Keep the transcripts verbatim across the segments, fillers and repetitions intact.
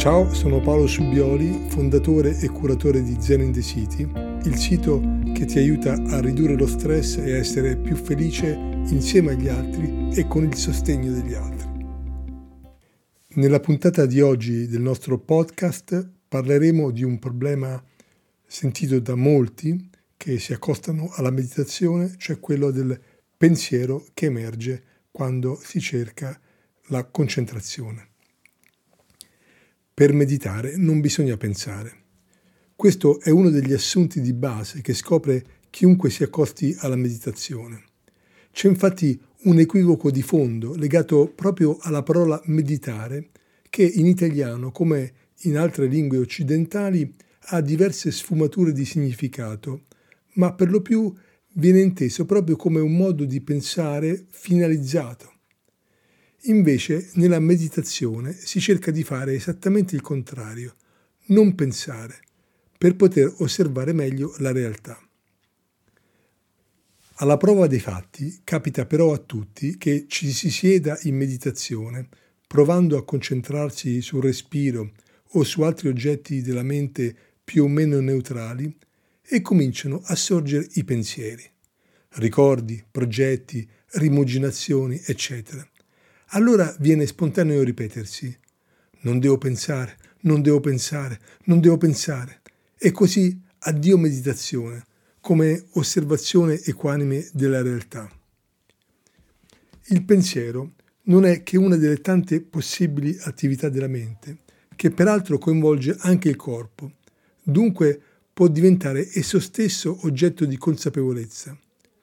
Ciao, sono Paolo Subioli, fondatore e curatore di Zen in the City, il sito che ti aiuta a ridurre lo stress e a essere più felice insieme agli altri e con il sostegno degli altri. Nella puntata di oggi del nostro podcast parleremo di un problema sentito da molti che si accostano alla meditazione, cioè quello del pensiero che emerge quando si cerca la concentrazione. Per meditare non bisogna pensare. Questo è uno degli assunti di base che scopre chiunque si accosti alla meditazione. C'è infatti un equivoco di fondo legato proprio alla parola meditare, che in italiano, come in altre lingue occidentali, ha diverse sfumature di significato, ma per lo più viene inteso proprio come un modo di pensare finalizzato. Invece, nella meditazione si cerca di fare esattamente il contrario, non pensare, per poter osservare meglio la realtà. Alla prova dei fatti, capita però a tutti che ci si sieda in meditazione, provando a concentrarsi sul respiro o su altri oggetti della mente più o meno neutrali, e cominciano a sorgere i pensieri, ricordi, progetti, rimuginazioni, eccetera. Allora viene spontaneo ripetersi: non devo pensare, non devo pensare, non devo pensare. E così addio meditazione, come osservazione equanime della realtà. Il pensiero non è che una delle tante possibili attività della mente, che peraltro coinvolge anche il corpo, dunque può diventare esso stesso oggetto di consapevolezza.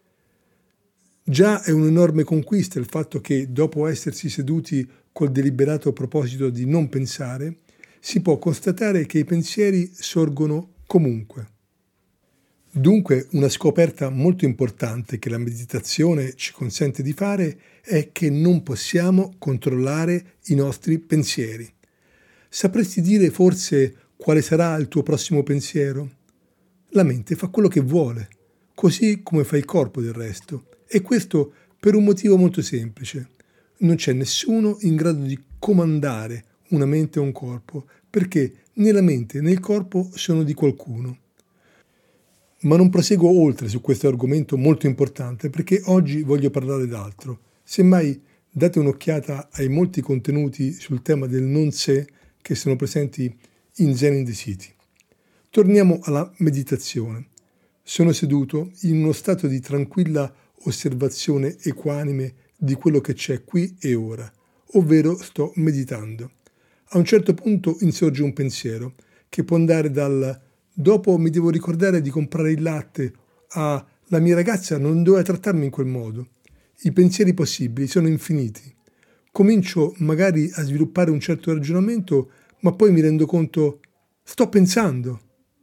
Già è un'enorme conquista il fatto che, dopo essersi seduti col deliberato proposito di non pensare, si può constatare che i pensieri sorgono comunque. Dunque, una scoperta molto importante che la meditazione ci consente di fare è che non possiamo controllare i nostri pensieri. Sapresti dire forse quale sarà il tuo prossimo pensiero? La mente fa quello che vuole, così come fa il corpo del resto. E questo per un motivo molto semplice. Non c'è nessuno in grado di comandare una mente o un corpo, perché né la mente né il corpo sono di qualcuno. Ma non proseguo oltre su questo argomento molto importante, perché oggi voglio parlare d'altro. Semmai date un'occhiata ai molti contenuti sul tema del non sé che sono presenti in Zen in the City. Torniamo alla meditazione. Sono seduto in uno stato di tranquilla osservazione equanime di quello che c'è qui e ora, ovvero sto meditando. A un certo punto insorge un pensiero che può andare dal dopo mi devo ricordare di comprare il latte a la mia ragazza non doveva trattarmi in quel modo. I pensieri possibili sono infiniti. Comincio magari a sviluppare un certo ragionamento, ma poi mi rendo conto sto pensando.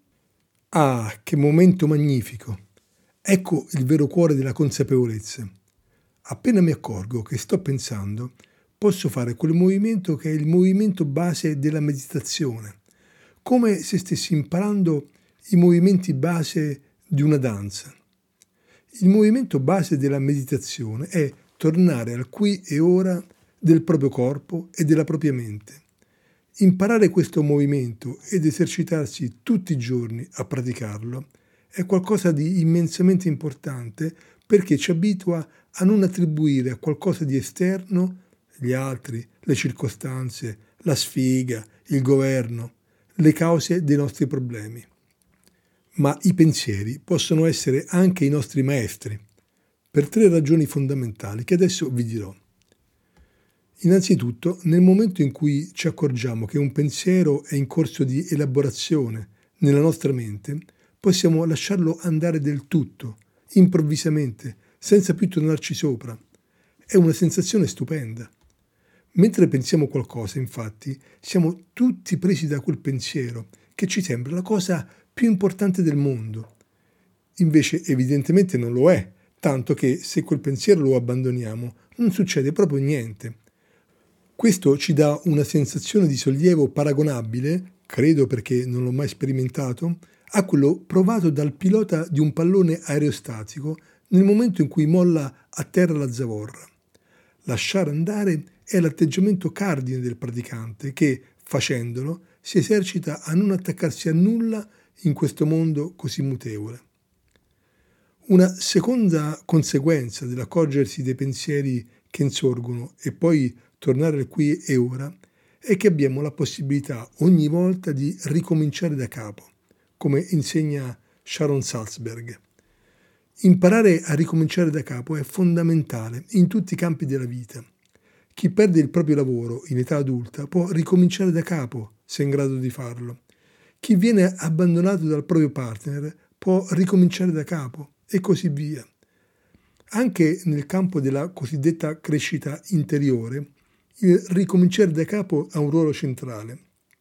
Ah, che momento magnifico! Ecco il vero cuore della consapevolezza. Appena mi accorgo che sto pensando, posso fare quel movimento che è il movimento base della meditazione, come se stessi imparando i movimenti base di una danza. Il movimento base della meditazione è tornare al qui e ora del proprio corpo e della propria mente. Imparare questo movimento ed esercitarsi tutti i giorni a praticarlo è qualcosa di immensamente importante, perché ci abitua a non attribuire a qualcosa di esterno, gli altri, le circostanze, la sfiga, il governo, le cause dei nostri problemi. Ma i pensieri possono essere anche i nostri maestri, per tre ragioni fondamentali che adesso vi dirò. Innanzitutto, nel momento in cui ci accorgiamo che un pensiero è in corso di elaborazione nella nostra mente, possiamo lasciarlo andare del tutto, improvvisamente, senza più tornarci sopra. È una sensazione stupenda. Mentre pensiamo qualcosa, infatti, siamo tutti presi da quel pensiero, che ci sembra la cosa più importante del mondo. Invece, evidentemente non lo è, tanto che se quel pensiero lo abbandoniamo, non succede proprio niente. Questo ci dà una sensazione di sollievo paragonabile, credo perché non l'ho mai sperimentato, a quello provato dal pilota di un pallone aerostatico nel momento in cui molla a terra la zavorra. Lasciare andare è l'atteggiamento cardine del praticante che, facendolo, si esercita a non attaccarsi a nulla in questo mondo così mutevole. Una seconda conseguenza dell'accorgersi dei pensieri che insorgono e poi tornare al qui e ora è che abbiamo la possibilità ogni volta di ricominciare da capo, come insegna Sharon Salzberg. Imparare a ricominciare da capo è fondamentale in tutti i campi della vita. Chi perde il proprio lavoro in età adulta può ricominciare da capo se è in grado di farlo. Chi viene abbandonato dal proprio partner può ricominciare da capo e così via. Anche nel campo della cosiddetta crescita interiore, il ricominciare da capo ha un ruolo centrale.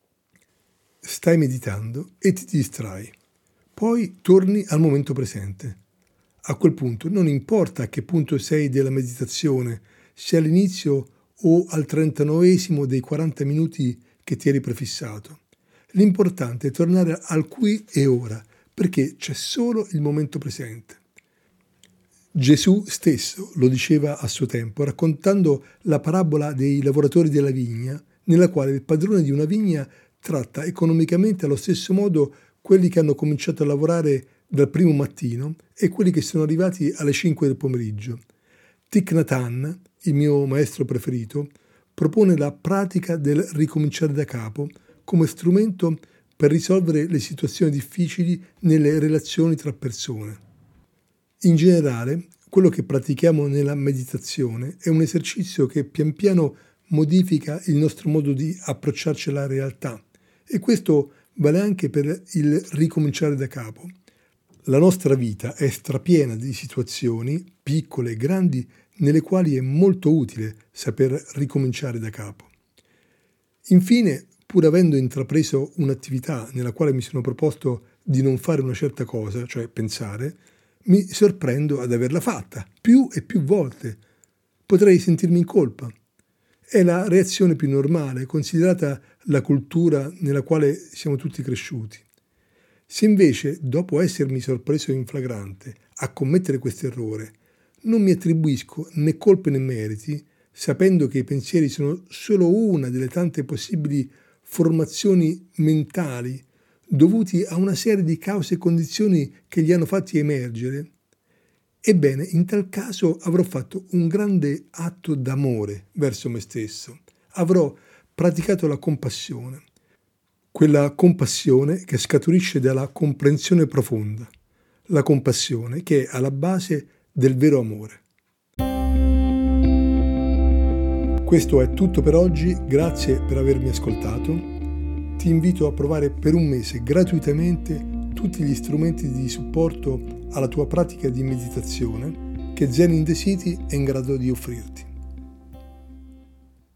Stai meditando e ti distrai. Poi torni al momento presente. A quel punto non importa a che punto sei della meditazione, se all'inizio o al trentanovesimo dei quaranta minuti che ti eri prefissato. L'importante è tornare al qui e ora, perché c'è solo il momento presente. Gesù stesso lo diceva a suo tempo, raccontando la parabola dei lavoratori della vigna, nella quale il padrone di una vigna tratta economicamente allo stesso modo quelli che hanno cominciato a lavorare dal primo mattino e quelli che sono arrivati alle cinque del pomeriggio. Thich Nhat Hanh, il mio maestro preferito, propone la pratica del ricominciare da capo come strumento per risolvere le situazioni difficili nelle relazioni tra persone. In generale, quello che pratichiamo nella meditazione è un esercizio che pian piano modifica il nostro modo di approcciarci alla realtà e questo vale anche per il ricominciare da capo. La nostra vita è strapiena di situazioni, piccole e grandi, nelle quali è molto utile saper ricominciare da capo. Infine, pur avendo intrapreso un'attività nella quale mi sono proposto di non fare una certa cosa, cioè pensare, mi sorprendo ad averla fatta, più e più volte. Potrei sentirmi in colpa. È la reazione più normale, considerata la cultura nella quale siamo tutti cresciuti. Se invece, dopo essermi sorpreso in flagrante a commettere questo errore, non mi attribuisco né colpe né meriti, sapendo che i pensieri sono solo una delle tante possibili formazioni mentali dovuti a una serie di cause e condizioni che li hanno fatti emergere, ebbene, in tal caso avrò fatto un grande atto d'amore verso me stesso. Avrò praticato la compassione, quella compassione che scaturisce dalla comprensione profonda, la compassione che è alla base del vero amore. Questo è tutto per oggi, grazie per avermi ascoltato. Ti invito a provare per un mese gratuitamente tutti gli strumenti di supporto alla tua pratica di meditazione che Zen in the City è in grado di offrirti.